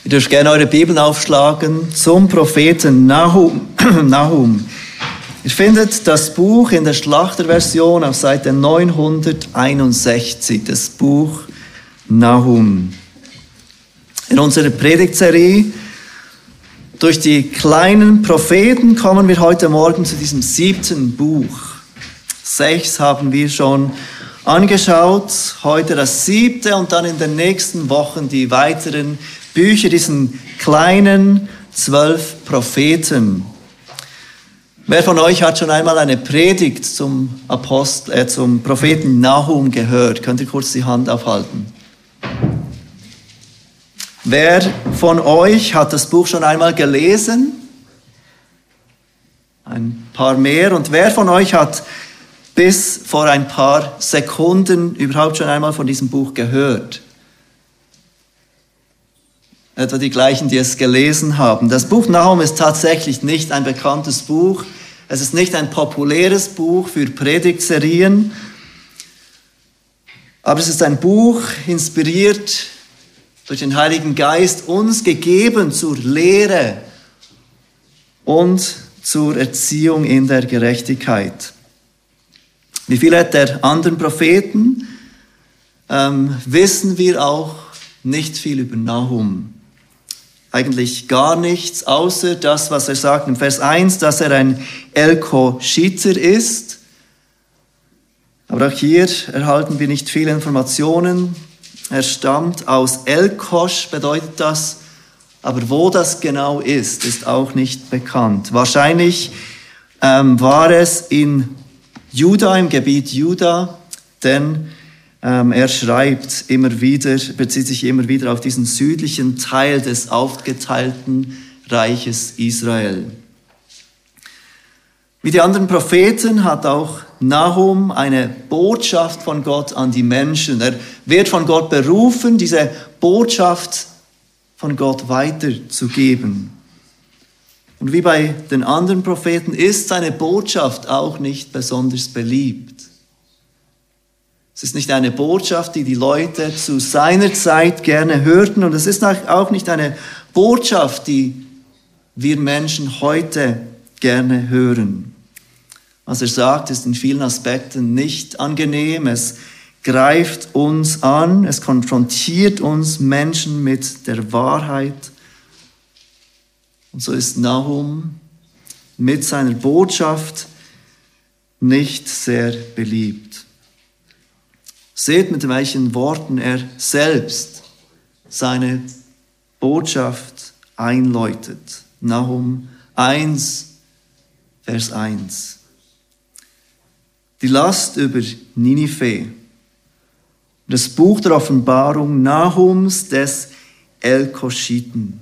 Ihr dürft gerne eure Bibeln aufschlagen zum Propheten Nahum. Ihr findet das Buch in der Schlachterversion auf Seite 961, das Buch Nahum. In unserer Predigtserie durch die kleinen Propheten kommen wir heute Morgen zu diesem 7. Buch. 6 haben wir schon angeschaut, heute das 7. und dann in den nächsten Wochen die weiteren Bücher, diesen kleinen 12 Propheten. Wer von euch hat schon einmal eine Predigt zum Propheten Nahum gehört? Könnt ihr kurz die Hand aufhalten? Wer von euch hat das Buch schon einmal gelesen? Ein paar mehr. Und wer von euch hat bis vor ein paar Sekunden überhaupt schon einmal von diesem Buch gehört? Etwa die gleichen, die es gelesen haben. Das Buch Nahum ist tatsächlich nicht ein bekanntes Buch. Es ist nicht ein populäres Buch für Predigtserien. Aber es ist ein Buch, inspiriert durch den Heiligen Geist, uns gegeben zur Lehre und zur Erziehung in der Gerechtigkeit. Wie viele der anderen Propheten wissen wir auch nicht viel über Nahum. Eigentlich gar nichts, außer das, was er sagt im Vers 1, dass er ein Elkoschiter ist. Aber auch hier erhalten wir nicht viele Informationen. Er stammt aus Elkosch, bedeutet das. Aber wo das genau ist auch nicht bekannt. Wahrscheinlich war es in Juda, im Gebiet Juda, denn er schreibt immer wieder, bezieht sich immer wieder auf diesen südlichen Teil des aufgeteilten Reiches Israel. Wie die anderen Propheten hat auch Nahum eine Botschaft von Gott an die Menschen. Er wird von Gott berufen, diese Botschaft von Gott weiterzugeben. Und wie bei den anderen Propheten ist seine Botschaft auch nicht besonders beliebt. Es ist nicht eine Botschaft, die die Leute zu seiner Zeit gerne hörten. Und es ist auch nicht eine Botschaft, die wir Menschen heute gerne hören. Was er sagt, ist in vielen Aspekten nicht angenehm. Es greift uns an. Es konfrontiert uns Menschen mit der Wahrheit. Und so ist Nahum mit seiner Botschaft nicht sehr beliebt. Seht, mit welchen Worten er selbst seine Botschaft einläutet. Nahum 1, Vers 1. Die Last über Ninive. Das Buch der Offenbarung Nahums des Elkoschiten.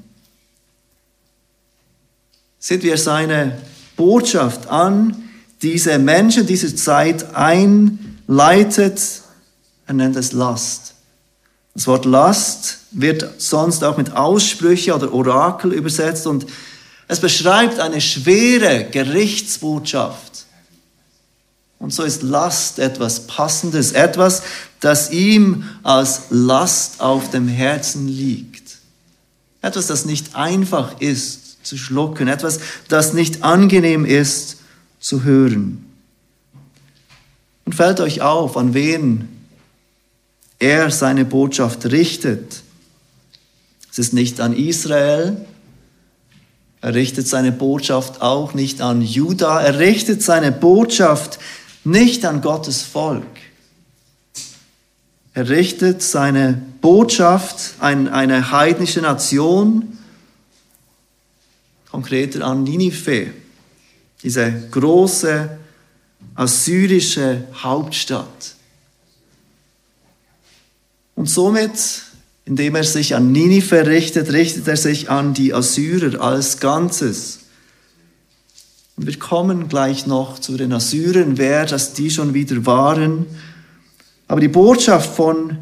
Seht, wie er seine Botschaft an diese Menschen dieser Zeit einleitet. Er nennt es Last. Das Wort Last wird sonst auch mit Aussprüche oder Orakel übersetzt und es beschreibt eine schwere Gerichtsbotschaft. Und so ist Last etwas Passendes, etwas, das ihm als Last auf dem Herzen liegt. Etwas, das nicht einfach ist zu schlucken, etwas, das nicht angenehm ist zu hören. Und fällt euch auf, an wen er seine Botschaft richtet. Es ist nicht an Israel. Er richtet seine Botschaft auch nicht an Juda. Er richtet seine Botschaft nicht an Gottes Volk. Er richtet seine Botschaft an eine heidnische Nation, konkreter an Ninive, diese große assyrische Hauptstadt. Und somit, indem er sich an Ninive richtet, richtet er sich an die Assyrer als Ganzes. Und wir kommen gleich noch zu den Assyrern, wer das die schon wieder waren. Aber die Botschaft von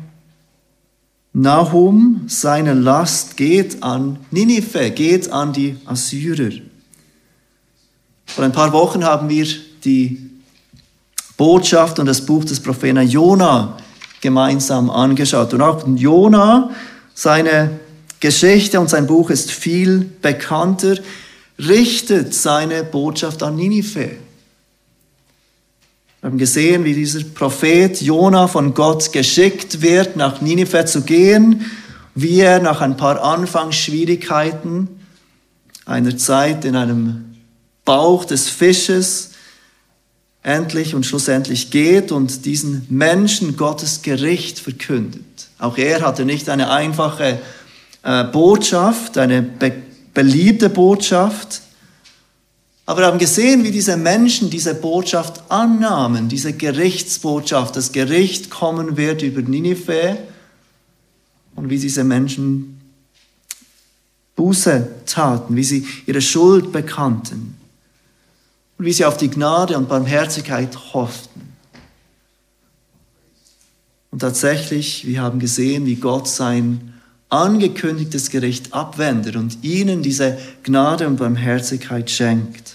Nahum, seine Last, geht an Ninive, geht an die Assyrer. Vor ein paar Wochen haben wir die Botschaft und das Buch des Propheten Jona gemeinsam angeschaut. Und auch Jona, seine Geschichte und sein Buch ist viel bekannter, richtet seine Botschaft an Ninive. Wir haben gesehen, wie dieser Prophet Jona von Gott geschickt wird, nach Ninive zu gehen, wie er nach ein paar Anfangsschwierigkeiten einer Zeit in einem Bauch des Fisches endlich und schlussendlich geht und diesen Menschen Gottes Gericht verkündet. Auch er hatte nicht eine einfache Botschaft, eine beliebte Botschaft, aber wir haben gesehen, wie diese Menschen diese Botschaft annahmen, diese Gerichtsbotschaft, das Gericht kommen wird über Ninive und wie diese Menschen Buße taten, wie sie ihre Schuld bekannten und wie sie auf die Gnade und Barmherzigkeit hofften. Und tatsächlich, wir haben gesehen, wie Gott sein angekündigtes Gericht abwendet und ihnen diese Gnade und Barmherzigkeit schenkt.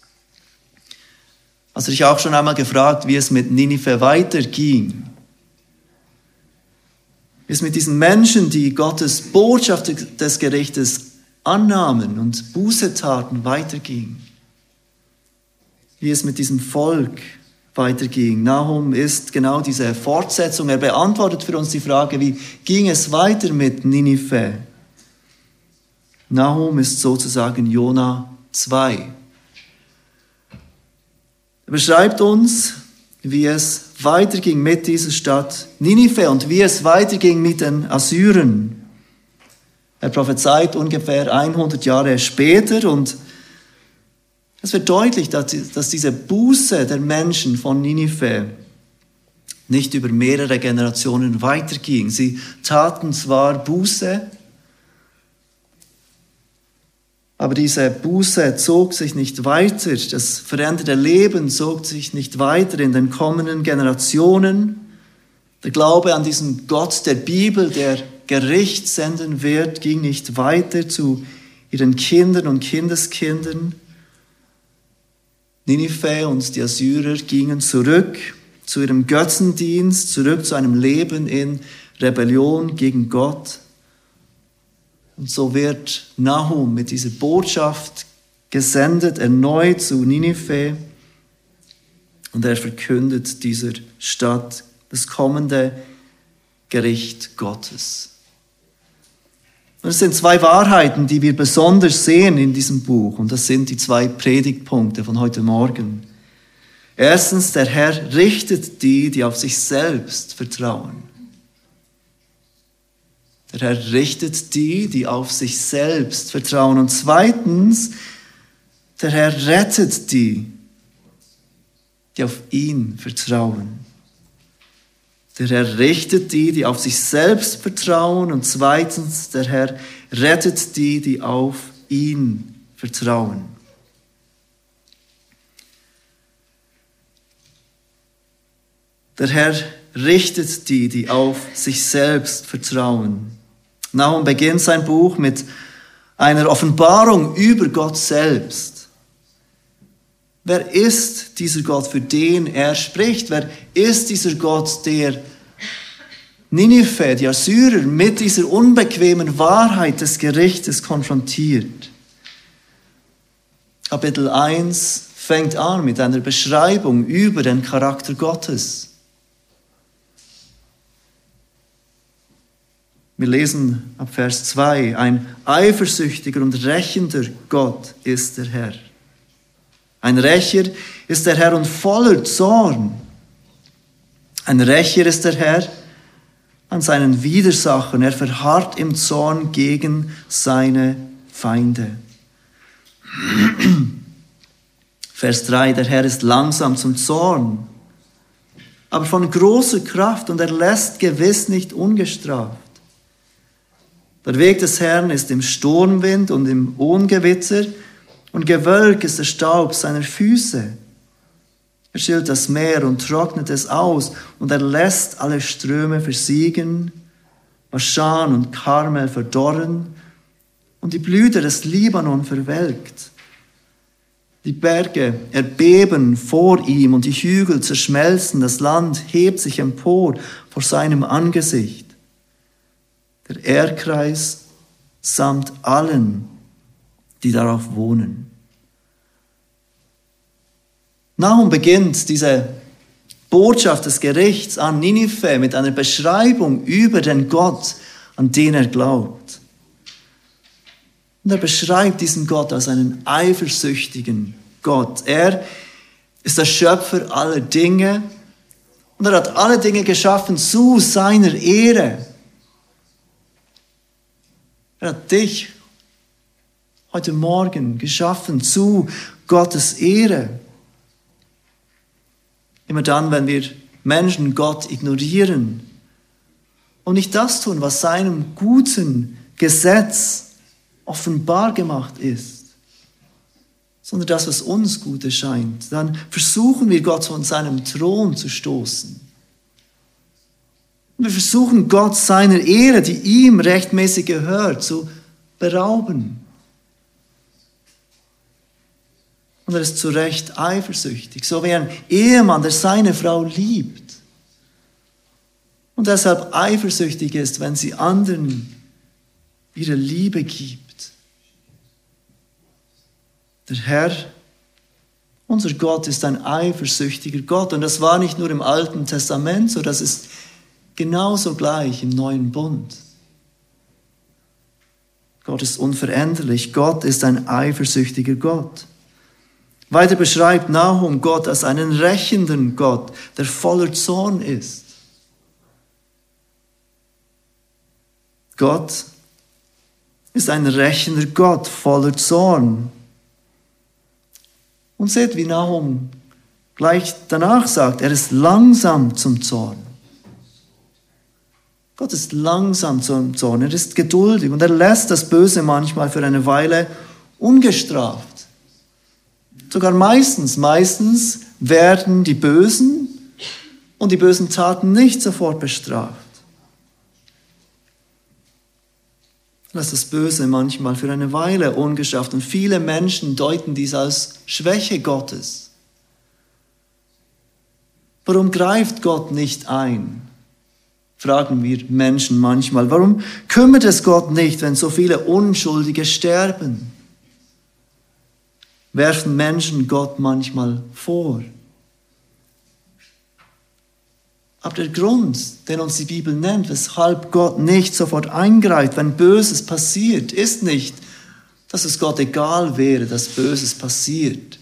Hast du dich auch schon einmal gefragt, wie es mit Ninive weiterging? Wie es mit diesen Menschen, die Gottes Botschaft des Gerichtes annahmen und Buße taten, weiterging? Wie es mit diesem Volk weiterging. Nahum ist genau diese Fortsetzung. Er beantwortet für uns die Frage, wie ging es weiter mit Ninive? Nahum ist sozusagen Jona 2. Er beschreibt uns, wie es weiterging mit dieser Stadt Ninive und wie es weiterging mit den Assyrern. Er prophezeit ungefähr 100 Jahre später und es wird deutlich, dass diese Buße der Menschen von Ninive nicht über mehrere Generationen weiterging. Sie taten zwar Buße, aber diese Buße zog sich nicht weiter. Das veränderte Leben zog sich nicht weiter in den kommenden Generationen. Der Glaube an diesen Gott der Bibel, der Gericht senden wird, ging nicht weiter zu ihren Kindern und Kindeskindern. Ninive und die Assyrer gingen zurück zu ihrem Götzendienst, zurück zu einem Leben in Rebellion gegen Gott. Und so wird Nahum mit dieser Botschaft gesendet, erneut zu Ninive. Und er verkündet dieser Stadt das kommende Gericht Gottes. Und es sind zwei Wahrheiten, die wir besonders sehen in diesem Buch. Und das sind die zwei Predigtpunkte von heute Morgen. Erstens, der Herr richtet die, die auf sich selbst vertrauen. Der Herr richtet die, die auf sich selbst vertrauen. Und zweitens, der Herr rettet die, die auf ihn vertrauen. Der Herr richtet die, die auf sich selbst vertrauen. Und zweitens, der Herr rettet die, die auf ihn vertrauen. Der Herr richtet die, die auf sich selbst vertrauen. Nahum beginnt sein Buch mit einer Offenbarung über Gott selbst. Wer ist dieser Gott, für den er spricht? Wer ist dieser Gott, der Ninive, die Assyrer, mit dieser unbequemen Wahrheit des Gerichtes konfrontiert? Kapitel 1 fängt an mit einer Beschreibung über den Charakter Gottes. Wir lesen ab Vers 2, ein eifersüchtiger und rächender Gott ist der Herr. Ein Rächer ist der Herr und voller Zorn. Ein Rächer ist der Herr an seinen Widersachern. Er verharrt im Zorn gegen seine Feinde. Vers 3, der Herr ist langsam zum Zorn, aber von großer Kraft und er lässt gewiss nicht ungestraft. Der Weg des Herrn ist im Sturmwind und im Ungewitter, und Gewölk ist der Staub seiner Füße. Er schillt das Meer und trocknet es aus, und er lässt alle Ströme versiegen, Baschan und Karmel verdorren, und die Blüte des Libanon verwelkt. Die Berge erbeben vor ihm, und die Hügel zerschmelzen, das Land hebt sich empor vor seinem Angesicht. Der Erdkreis samt allen, die darauf wohnen. Nahum beginnt diese Botschaft des Gerichts an Ninive mit einer Beschreibung über den Gott, an den er glaubt. Und er beschreibt diesen Gott als einen eifersüchtigen Gott. Er ist der Schöpfer aller Dinge und er hat alle Dinge geschaffen zu seiner Ehre. Er hat dich heute Morgen geschaffen zu Gottes Ehre. Immer dann, wenn wir Menschen Gott ignorieren und nicht das tun, was seinem guten Gesetz offenbar gemacht ist, sondern das, was uns gut erscheint, dann versuchen wir Gott von seinem Thron zu stoßen. Und wir versuchen Gott seiner Ehre, die ihm rechtmäßig gehört, zu berauben. Und er ist zu Recht eifersüchtig, so wie ein Ehemann, der seine Frau liebt. Und deshalb eifersüchtig ist, wenn sie anderen ihre Liebe gibt. Der Herr, unser Gott, ist ein eifersüchtiger Gott. Und das war nicht nur im Alten Testament so, das ist genauso gleich im Neuen Bund. Gott ist unveränderlich. Gott ist ein eifersüchtiger Gott. Weiter beschreibt Nahum Gott als einen rächenden Gott, der voller Zorn ist. Gott ist ein rächender Gott voller Zorn. Und seht, wie Nahum gleich danach sagt, er ist langsam zum Zorn. Gott ist langsam zum Zorn, er ist geduldig und er lässt das Böse manchmal für eine Weile ungestraft. Sogar meistens werden die Bösen und die bösen Taten nicht sofort bestraft. Lässt das Böse manchmal für eine Weile ungestraft. Und viele Menschen deuten dies als Schwäche Gottes. Warum greift Gott nicht ein? Fragen wir Menschen manchmal. Warum kümmert es Gott nicht, wenn so viele Unschuldige sterben? Werfen Menschen Gott manchmal vor. Aber der Grund, den uns die Bibel nennt, weshalb Gott nicht sofort eingreift, wenn Böses passiert, ist nicht, dass es Gott egal wäre, dass Böses passiert.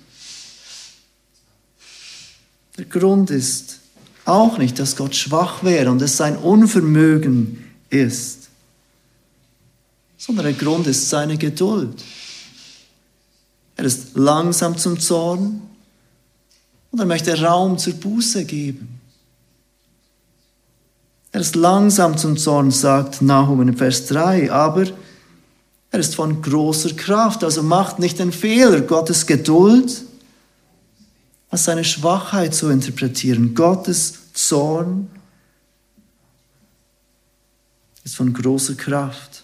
Der Grund ist auch nicht, dass Gott schwach wäre und es sein Unvermögen ist, sondern der Grund ist seine Geduld. Er ist langsam zum Zorn und er möchte Raum zur Buße geben. Er ist langsam zum Zorn, sagt Nahum in Vers 3, aber er ist von großer Kraft, also macht nicht den Fehler, Gottes Geduld als seine Schwachheit zu interpretieren. Gottes Zorn ist von großer Kraft.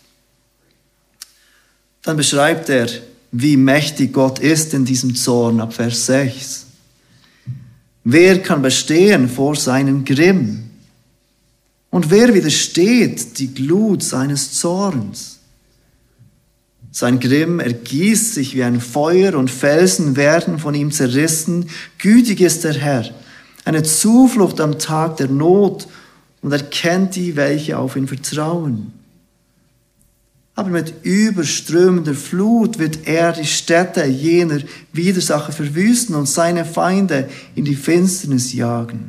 Dann beschreibt er, wie mächtig Gott ist in diesem Zorn ab Vers 6. Wer kann bestehen vor seinem Grimm? Und wer widersteht die Glut seines Zorns? Sein Grimm ergießt sich wie ein Feuer und Felsen werden von ihm zerrissen. Gütig ist der Herr, eine Zuflucht am Tag der Not und er kennt die, welche auf ihn vertrauen. Aber mit überströmender Flut wird er die Städte jener Widersacher verwüsten und seine Feinde in die Finsternis jagen.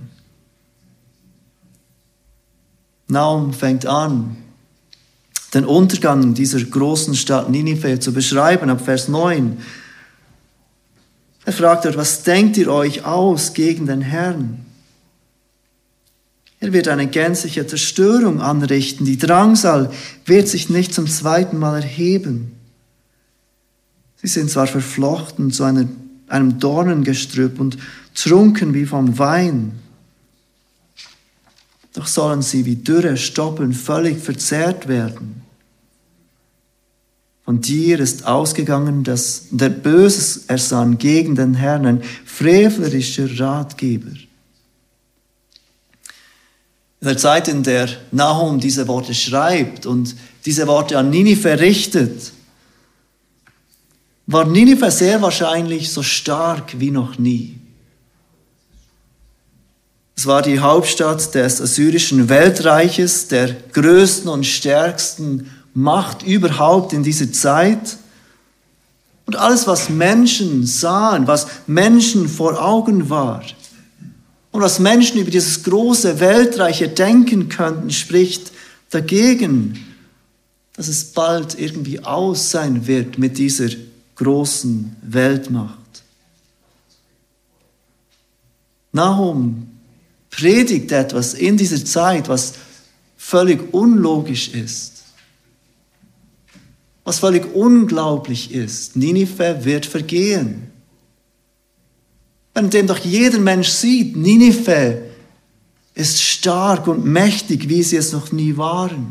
Nahum fängt an, den Untergang dieser großen Stadt Ninive zu beschreiben, ab Vers 9. Er fragt dort, was denkt ihr euch aus gegen den Herrn? Er wird eine gänzliche Zerstörung anrichten. Die Drangsal wird sich nicht zum zweiten Mal erheben. Sie sind zwar verflochten zu einem Dornengestrüpp und trunken wie vom Wein, doch sollen sie wie dürre Stoppeln völlig verzehrt werden. Von dir ist ausgegangen, dass der Böses ersann gegen den Herrn, ein frevlerischer Ratgeber. In der Zeit, in der Nahum diese Worte schreibt und diese Worte an Ninive richtet, war Ninive sehr wahrscheinlich so stark wie noch nie. Es war die Hauptstadt des assyrischen Weltreiches, der größten und stärksten Macht überhaupt in dieser Zeit. Und alles, was Menschen sahen, was Menschen vor Augen war und was Menschen über dieses große Weltreich denken könnten, spricht dagegen, dass es bald irgendwie aus sein wird mit dieser großen Weltmacht. Nahum predigt etwas in dieser Zeit, was völlig unlogisch ist, was völlig unglaublich ist. Ninive wird vergehen. Währenddem doch jeder Mensch sieht, Ninive ist stark und mächtig, wie sie es noch nie waren.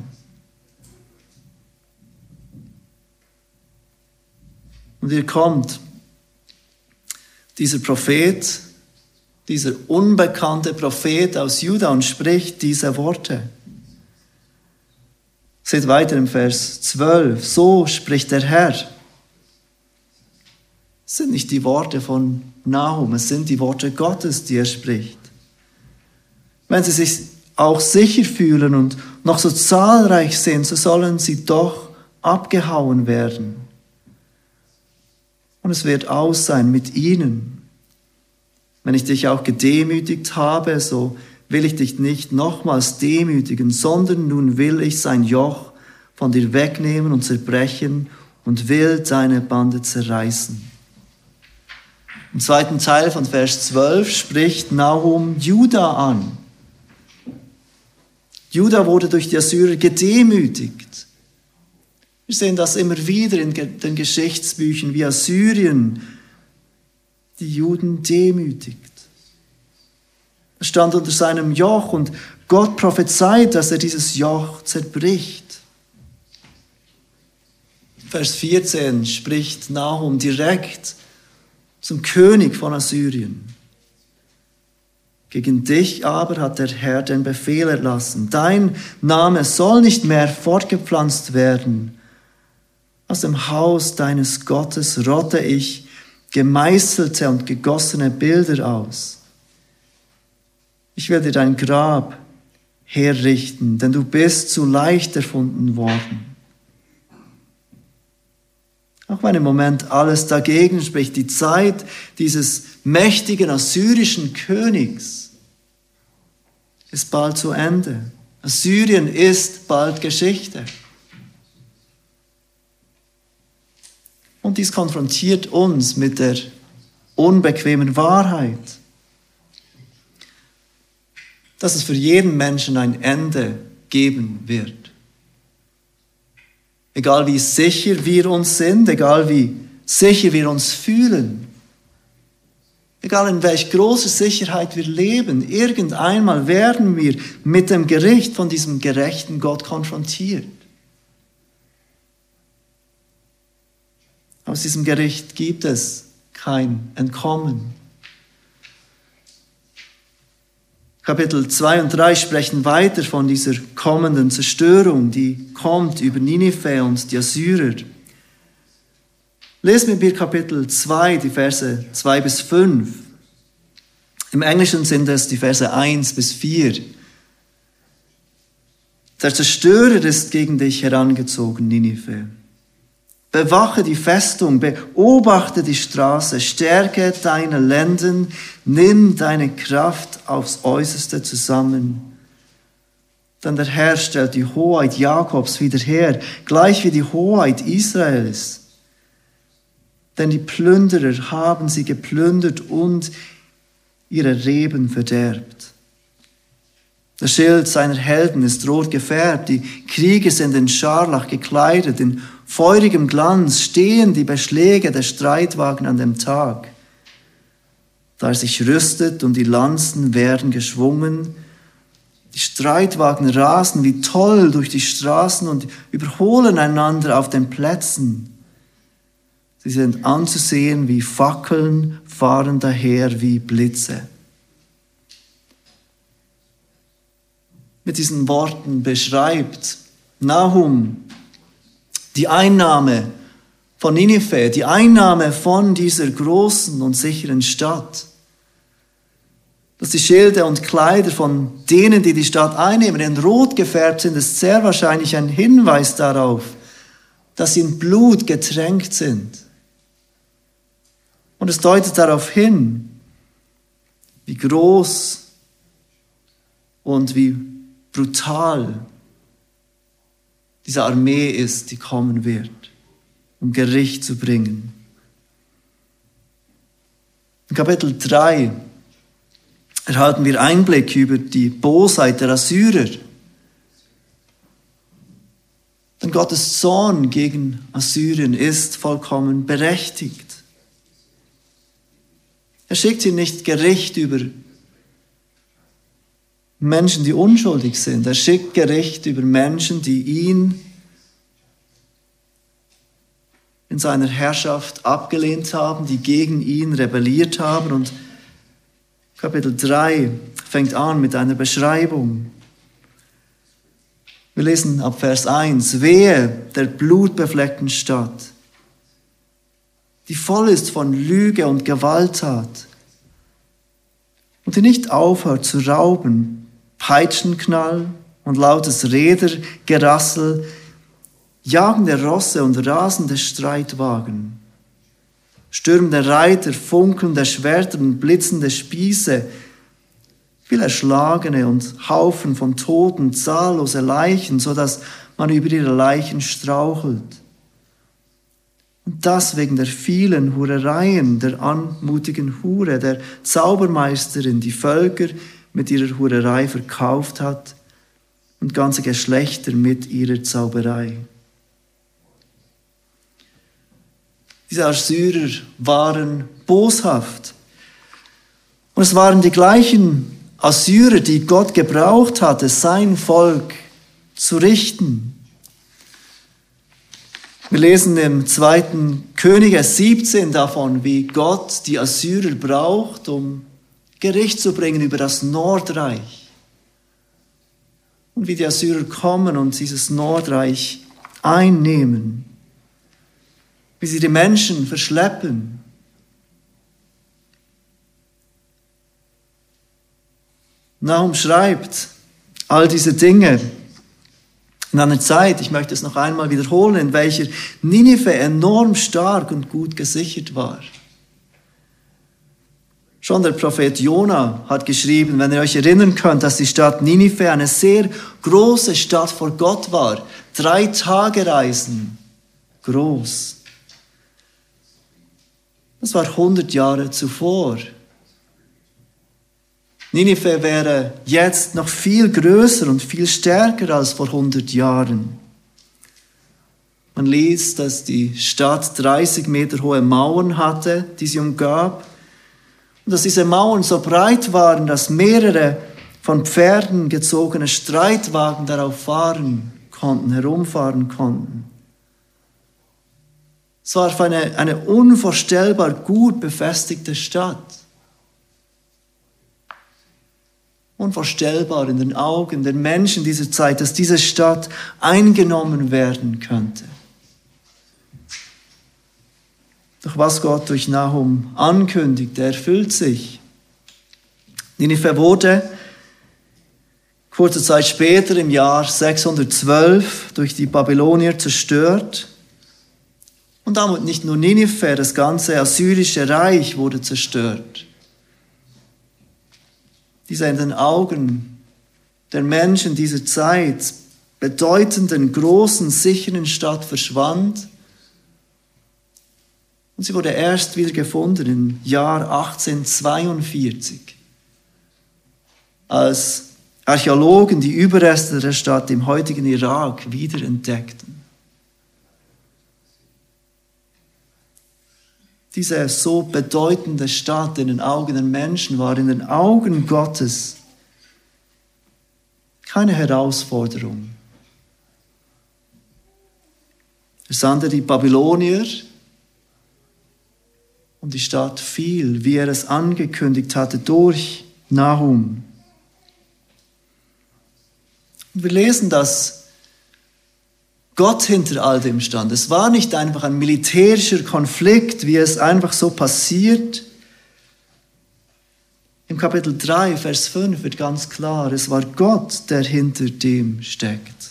Und hier kommt dieser Prophet, dieser unbekannte Prophet aus Juda und spricht diese Worte. Seht weiter im Vers 12. So spricht der Herr. Es sind nicht die Worte von Nahum, es sind die Worte Gottes, die er spricht. Wenn sie sich auch sicher fühlen und noch so zahlreich sind, so sollen sie doch abgehauen werden. Und es wird aus sein mit ihnen. Wenn ich dich auch gedemütigt habe, so will ich dich nicht nochmals demütigen, sondern nun will ich sein Joch von dir wegnehmen und zerbrechen und will deine Bande zerreißen. Im zweiten Teil von Vers 12 spricht Nahum Juda an. Juda wurde durch die Assyrer gedemütigt. Wir sehen das immer wieder in den Geschichtsbüchern, wie Assyrien die Juden demütigt. Er stand unter seinem Joch und Gott prophezeit, dass er dieses Joch zerbricht. Vers 14 spricht Nahum direkt zum König von Assyrien. Gegen dich aber hat der Herr den Befehl erlassen. Dein Name soll nicht mehr fortgepflanzt werden. Aus dem Haus deines Gottes rotte ich gemeißelte und gegossene Bilder aus. Ich will dir dein Grab herrichten, denn du bist zu leicht erfunden worden. Auch wenn im Moment alles dagegen spricht, die Zeit dieses mächtigen assyrischen Königs ist bald zu Ende. Assyrien ist bald Geschichte. Und dies konfrontiert uns mit der unbequemen Wahrheit, dass es für jeden Menschen ein Ende geben wird. Egal wie sicher wir uns sind, egal wie sicher wir uns fühlen, egal in welch großer Sicherheit wir leben, irgendeinmal werden wir mit dem Gericht von diesem gerechten Gott konfrontiert. Aus diesem Gericht gibt es kein Entkommen. Kapitel 2 und 3 sprechen weiter von dieser kommenden Zerstörung, die kommt über Ninive und die Assyrer. Lesen wir mir Kapitel 2, die Verse 2 bis 5. Im Englischen sind es die Verse 1 bis 4. Der Zerstörer ist gegen dich herangezogen, Ninive. Bewache die Festung, beobachte die Straße, stärke deine Lenden, nimm deine Kraft aufs Äußerste zusammen. Denn der Herr stellt die Hoheit Jakobs wieder her, gleich wie die Hoheit Israels. Denn die Plünderer haben sie geplündert und ihre Reben verderbt. Der Schild seiner Helden ist rot gefärbt, die Krieger sind in Scharlach gekleidet, in feurigem Glanz stehen die Beschläge der Streitwagen an dem Tag. Da er sich rüstet und die Lanzen werden geschwungen, die Streitwagen rasen wie toll durch die Straßen und überholen einander auf den Plätzen. Sie sind anzusehen wie Fackeln, fahren daher wie Blitze. mit diesen Worten beschreibt. Nahum, die Einnahme von Ninive, die Einnahme von dieser großen und sicheren Stadt. Dass die Schilde und Kleider von denen, die die Stadt einnehmen, in Rot gefärbt sind, ist sehr wahrscheinlich ein Hinweis darauf, dass sie in Blut getränkt sind. Und es deutet darauf hin, wie groß und wie brutal diese Armee ist, die kommen wird, um Gericht zu bringen. In Kapitel 3 erhalten wir Einblick über die Bosheit der Assyrer. Denn Gottes Zorn gegen Assyrien ist vollkommen berechtigt. Er schickt hier nicht Gericht über Menschen, die unschuldig sind. Er schickt Gericht über Menschen, die ihn in seiner Herrschaft abgelehnt haben, die gegen ihn rebelliert haben. Und Kapitel 3 fängt an mit einer Beschreibung. Wir lesen ab Vers 1. Wehe der blutbefleckten Stadt, die voll ist von Lüge und Gewalttat und die nicht aufhört zu rauben, Peitschenknall und lautes Rädergerassel, jagende Rosse und rasende Streitwagen, stürmende Reiter, funkelnde Schwerter und blitzende Spieße, viel Erschlagene und Haufen von Toten, zahllose Leichen, so dass man über ihre Leichen strauchelt. Und das wegen der vielen Hurereien, der anmutigen Hure, der Zaubermeisterin, die Völker mit ihrer Hurerei verkauft hat und ganze Geschlechter mit ihrer Zauberei. Diese Assyrer waren boshaft. Und es waren die gleichen Assyrer, die Gott gebraucht hatte, sein Volk zu richten. Wir lesen im 2. Könige 17 davon, wie Gott die Assyrer braucht, um Gericht zu bringen über das Nordreich. Und wie die Assyrer kommen und dieses Nordreich einnehmen. Wie sie die Menschen verschleppen. Nahum schreibt all diese Dinge in einer Zeit, ich möchte es noch einmal wiederholen, in welcher Ninive enorm stark und gut gesichert war. Schon der Prophet Jona hat geschrieben, wenn ihr euch erinnern könnt, dass die Stadt Ninive eine sehr große Stadt vor Gott war. 3 Tagereisen groß. Das war 100 Jahre zuvor. Ninive wäre jetzt noch viel größer und viel stärker als vor 100 Jahren. Man liest, dass die Stadt 30 Meter hohe Mauern hatte, die sie umgab. Und dass diese Mauern so breit waren, dass mehrere von Pferden gezogene Streitwagen darauf fahren konnten, herumfahren konnten. Es war eine unvorstellbar gut befestigte Stadt. Unvorstellbar in den Augen der Menschen dieser Zeit, dass diese Stadt eingenommen werden könnte. Doch was Gott durch Nahum ankündigt, erfüllt sich. Ninive wurde kurze Zeit später im Jahr 612 durch die Babylonier zerstört. Und damit nicht nur Ninive, das ganze assyrische Reich wurde zerstört. Dieser in den Augen der Menschen dieser Zeit bedeutenden, großen, sicheren Stadt verschwand. Und sie wurde erst wieder gefunden im Jahr 1842, als Archäologen die Überreste der Stadt im heutigen Irak wiederentdeckten. Diese so bedeutende Stadt in den Augen der Menschen war in den Augen Gottes keine Herausforderung. Er sandte die Babylonier und die Stadt fiel, wie er es angekündigt hatte, durch Nahum. Und wir lesen, dass Gott hinter all dem stand. Es war nicht einfach ein militärischer Konflikt, wie es einfach so passiert. Im Kapitel 3, Vers 5 wird ganz klar, es war Gott, der hinter dem steckt.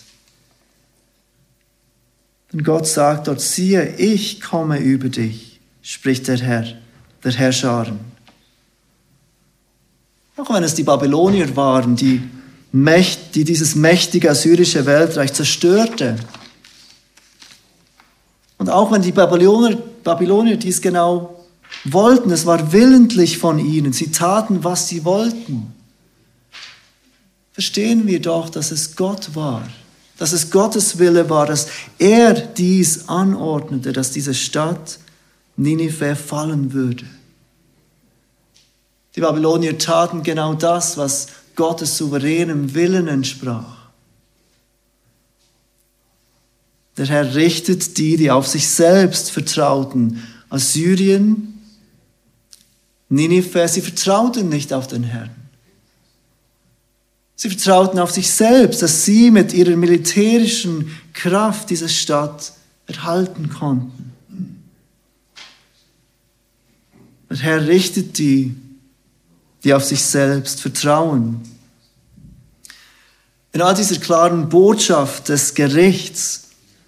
Denn Gott sagt dort, siehe, ich komme über dich, spricht der Herr, der Herr Scharen. Auch wenn es die Babylonier waren, die dieses mächtige assyrische Weltreich zerstörte. Und auch wenn die Babylonier dies genau wollten, es war willentlich von ihnen, sie taten, was sie wollten. Verstehen wir doch, dass es Gott war, dass es Gottes Wille war, dass er dies anordnete, dass diese Stadt Ninive fallen würde. Die Babylonier taten genau das, was Gottes souveränem Willen entsprach. Der Herr richtet die auf sich selbst vertrauten. Assyrien, Ninive, sie vertrauten nicht auf den Herrn. Sie vertrauten auf sich selbst, dass sie mit ihrer militärischen Kraft diese Stadt erhalten konnten. Der Herr richtet die auf sich selbst vertrauen. In all dieser klaren Botschaft des Gerichts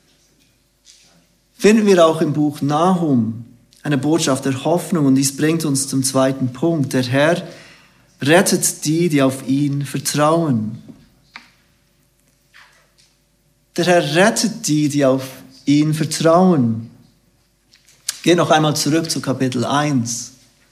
finden wir auch im Buch Nahum eine Botschaft der Hoffnung, und dies bringt uns zum zweiten Punkt. Der Herr rettet die auf ihn vertrauen. Der Herr rettet die auf ihn vertrauen. Geht noch einmal zurück zu Kapitel 1.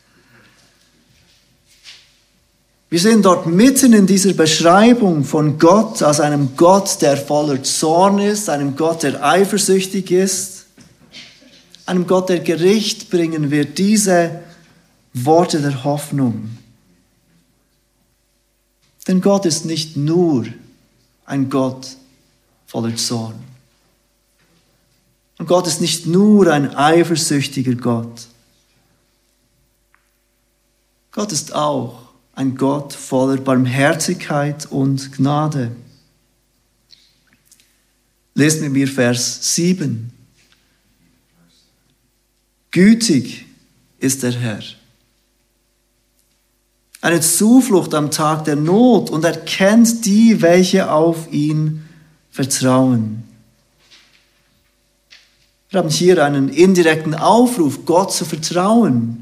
Wir sind dort mitten in dieser Beschreibung von Gott als einem Gott, der voller Zorn ist, einem Gott, der eifersüchtig ist, einem Gott, der Gericht bringen wird. Diese Worte der Hoffnung. Denn Gott ist nicht nur ein Gott voller Zorn. Und Gott ist nicht nur ein eifersüchtiger Gott. Gott ist auch ein Gott voller Barmherzigkeit und Gnade. Lest mit mir Vers 7. Gütig ist der Herr. Eine Zuflucht am Tag der Not, und er kennt die, welche auf ihn vertrauen. Wir haben hier einen indirekten Aufruf, Gott zu vertrauen.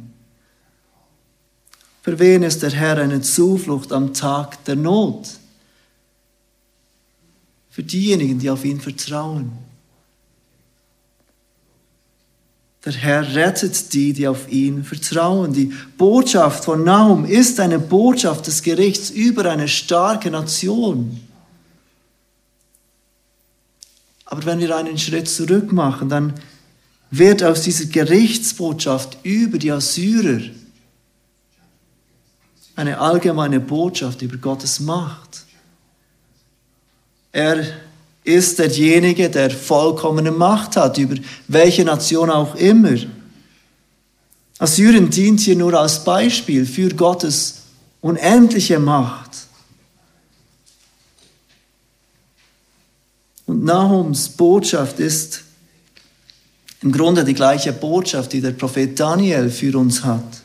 Für wen ist der Herr eine Zuflucht am Tag der Not? Für diejenigen, die auf ihn vertrauen. Der Herr rettet die auf ihn vertrauen. Die Botschaft von Nahum ist eine Botschaft des Gerichts über eine starke Nation. Aber wenn wir einen Schritt zurück machen, dann wird aus dieser Gerichtsbotschaft über die Assyrer eine allgemeine Botschaft über Gottes Macht. Er ist derjenige, der vollkommene Macht hat, über welche Nation auch immer. Assyrien dient hier nur als Beispiel für Gottes unendliche Macht. Und Nahums Botschaft ist im Grunde die gleiche Botschaft, die der Prophet Daniel für uns hat.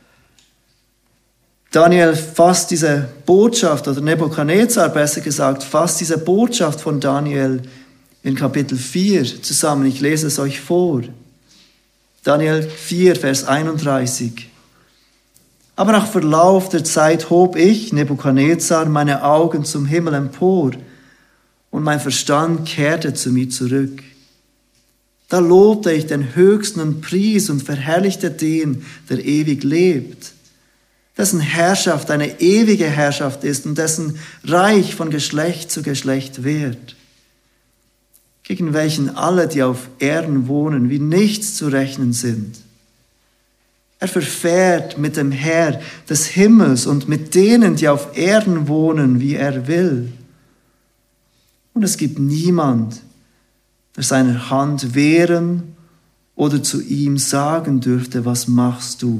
Daniel fasst diese Botschaft, oder Nebukadnezar besser gesagt, fasst diese Botschaft von Daniel in Kapitel 4 zusammen. Ich lese es euch vor. Daniel 4, Vers 31. Aber nach Verlauf der Zeit hob ich, Nebukadnezar, meine Augen zum Himmel empor, und mein Verstand kehrte zu mir zurück. Da lobte ich den Höchsten und pries und verherrlichte den, der ewig lebt, dessen Herrschaft eine ewige Herrschaft ist und dessen Reich von Geschlecht zu Geschlecht währt, gegen welchen alle, die auf Erden wohnen, wie nichts zu rechnen sind. Er verfährt mit dem Herr des Himmels und mit denen, die auf Erden wohnen, wie er will. Und es gibt niemand, der seiner Hand wehren oder zu ihm sagen dürfte, was machst du?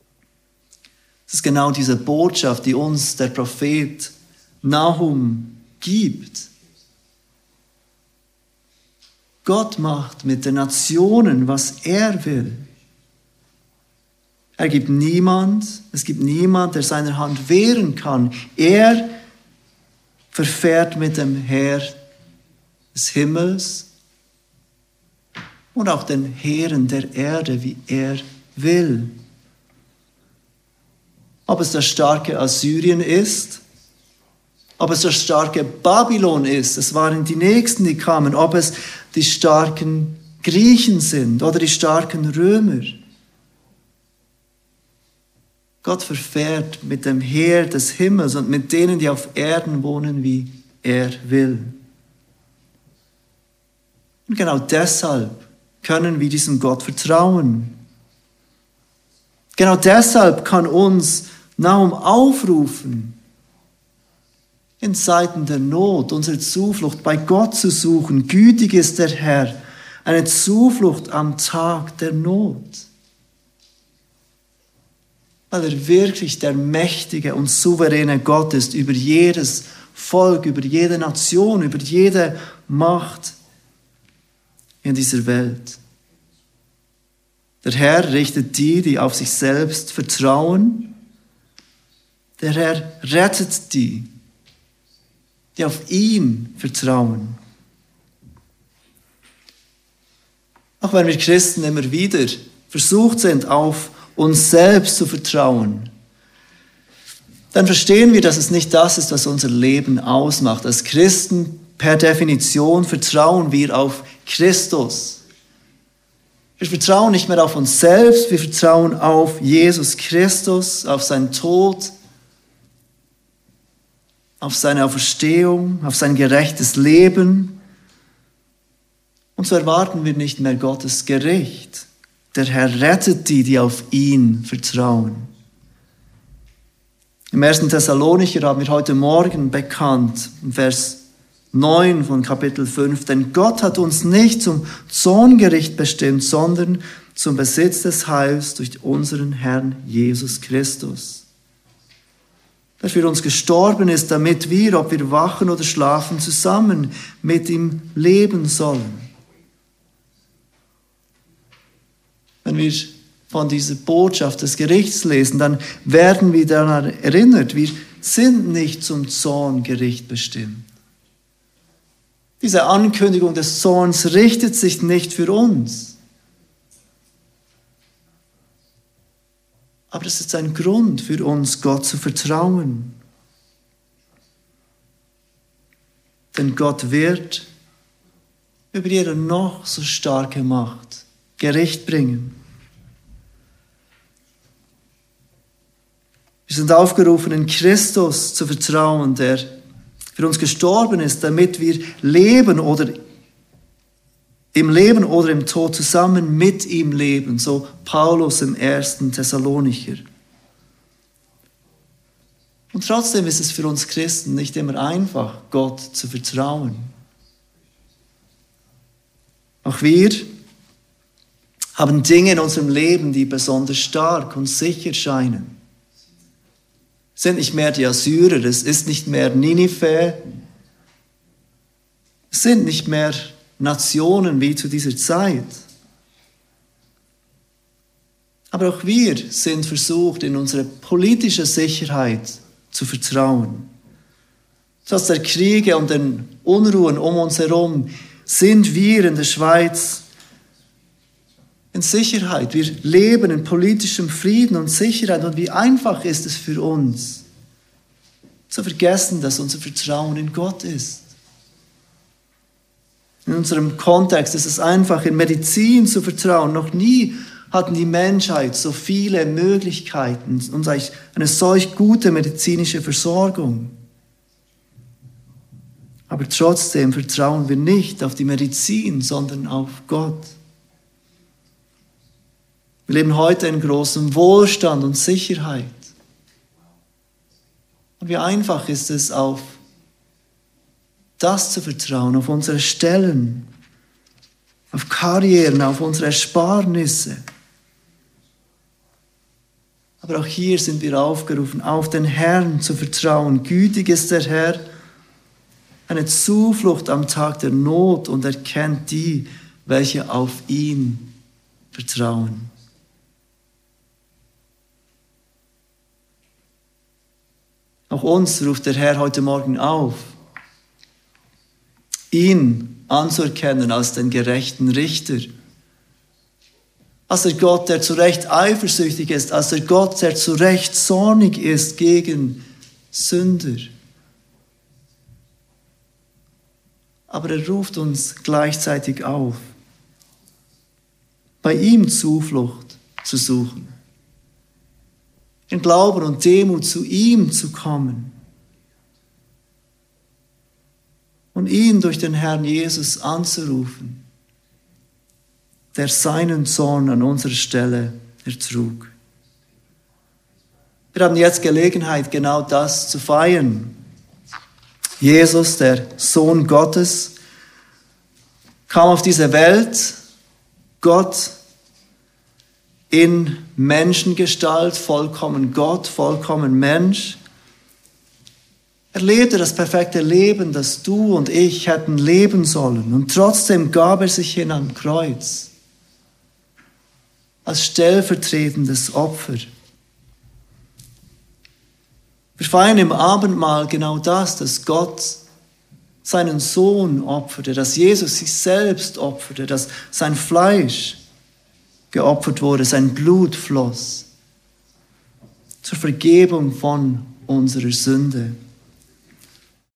Das ist genau diese Botschaft, die uns der Prophet Nahum gibt. Gott macht mit den Nationen, was er will. Es gibt niemand, der seiner Hand wehren kann. Er verfährt mit dem Heer des Himmels und auch den Heeren der Erde, wie er will. Ob es das starke Assyrien ist, ob es das starke Babylon ist, es waren die Nächsten, die kamen, ob es die starken Griechen sind oder die starken Römer. Gott verfährt mit dem Heer des Himmels und mit denen, die auf Erden wohnen, wie er will. Und genau deshalb können wir diesem Gott vertrauen. Genau deshalb kann uns Nahum aufrufen, in Zeiten der Not unsere Zuflucht bei Gott zu suchen. Gütig ist der Herr, eine Zuflucht am Tag der Not. Weil er wirklich der mächtige und souveräne Gott ist über jedes Volk, über jede Nation, über jede Macht in dieser Welt. Der Herr richtet die auf sich selbst vertrauen. Der Herr rettet die auf ihn vertrauen. Auch wenn wir Christen immer wieder versucht sind, auf uns selbst zu vertrauen, dann verstehen wir, dass es nicht das ist, was unser Leben ausmacht. Als Christen per Definition vertrauen wir auf Christus. Wir vertrauen nicht mehr auf uns selbst, wir vertrauen auf Jesus Christus, auf seinen Tod, auf seine Auferstehung, auf sein gerechtes Leben. Und so erwarten wir nicht mehr Gottes Gericht. Der Herr rettet die auf ihn vertrauen. Im 1. Thessalonicher haben wir heute Morgen bekannt, im Vers 9 von Kapitel 5, denn Gott hat uns nicht zum Zorngericht bestimmt, sondern zum Besitz des Heils durch unseren Herrn Jesus Christus, der für uns gestorben ist, damit wir, ob wir wachen oder schlafen, zusammen mit ihm leben sollen. Wenn wir von dieser Botschaft des Gerichts lesen, dann werden wir daran erinnert, wir sind nicht zum Zorngericht bestimmt. Diese Ankündigung des Zorns richtet sich nicht für uns. Aber es ist ein Grund für uns, Gott zu vertrauen. Denn Gott wird über jede noch so starke Macht Gericht bringen. Wir sind aufgerufen, in Christus zu vertrauen, der für uns gestorben ist, damit wir leben oder im Leben oder im Tod zusammen mit ihm leben, so Paulus im 1. Thessalonicher. Und trotzdem ist es für uns Christen nicht immer einfach, Gott zu vertrauen. Auch wir haben Dinge in unserem Leben, die besonders stark und sicher scheinen. Es sind nicht mehr die Assyrer, es ist nicht mehr Ninive, es sind nicht mehr Nationen wie zu dieser Zeit. Aber auch wir sind versucht, in unsere politische Sicherheit zu vertrauen. Trotz der Kriege und den Unruhen um uns herum sind wir in der Schweiz in Sicherheit. Wir leben in politischem Frieden und Sicherheit. Und wie einfach ist es für uns, zu vergessen, dass unser Vertrauen in Gott ist. In unserem Kontext ist es einfach, in Medizin zu vertrauen. Noch nie hatten die Menschheit so viele Möglichkeiten und eine solch gute medizinische Versorgung. Aber trotzdem vertrauen wir nicht auf die Medizin, sondern auf Gott. Wir leben heute in großem Wohlstand und Sicherheit. Und wie einfach ist es, auf das zu vertrauen, auf unsere Stellen, auf Karrieren, auf unsere Ersparnisse. Aber auch hier sind wir aufgerufen, auf den Herrn zu vertrauen. Gütig ist der Herr, eine Zuflucht am Tag der Not und erkennt die, welche auf ihn vertrauen. Auch uns ruft der Herr heute Morgen auf, ihn anzuerkennen als den gerechten Richter, als der Gott, der zu Recht eifersüchtig ist, als der Gott, der zu Recht zornig ist gegen Sünder. Aber er ruft uns gleichzeitig auf, bei ihm Zuflucht zu suchen, in Glauben und Demut zu ihm zu kommen und ihn durch den Herrn Jesus anzurufen, der seinen Zorn an unserer Stelle ertrug. Wir haben jetzt Gelegenheit, genau das zu feiern. Jesus, der Sohn Gottes, kam auf diese Welt, Gott in Menschengestalt, vollkommen Gott, vollkommen Mensch. Er lebte das perfekte Leben, das du und ich hätten leben sollen. Und trotzdem gab er sich hin am Kreuz als stellvertretendes Opfer. Wir feiern im Abendmahl genau das, dass Gott seinen Sohn opferte, dass Jesus sich selbst opferte, dass sein Fleisch geopfert wurde, sein Blut floss zur Vergebung von unserer Sünde.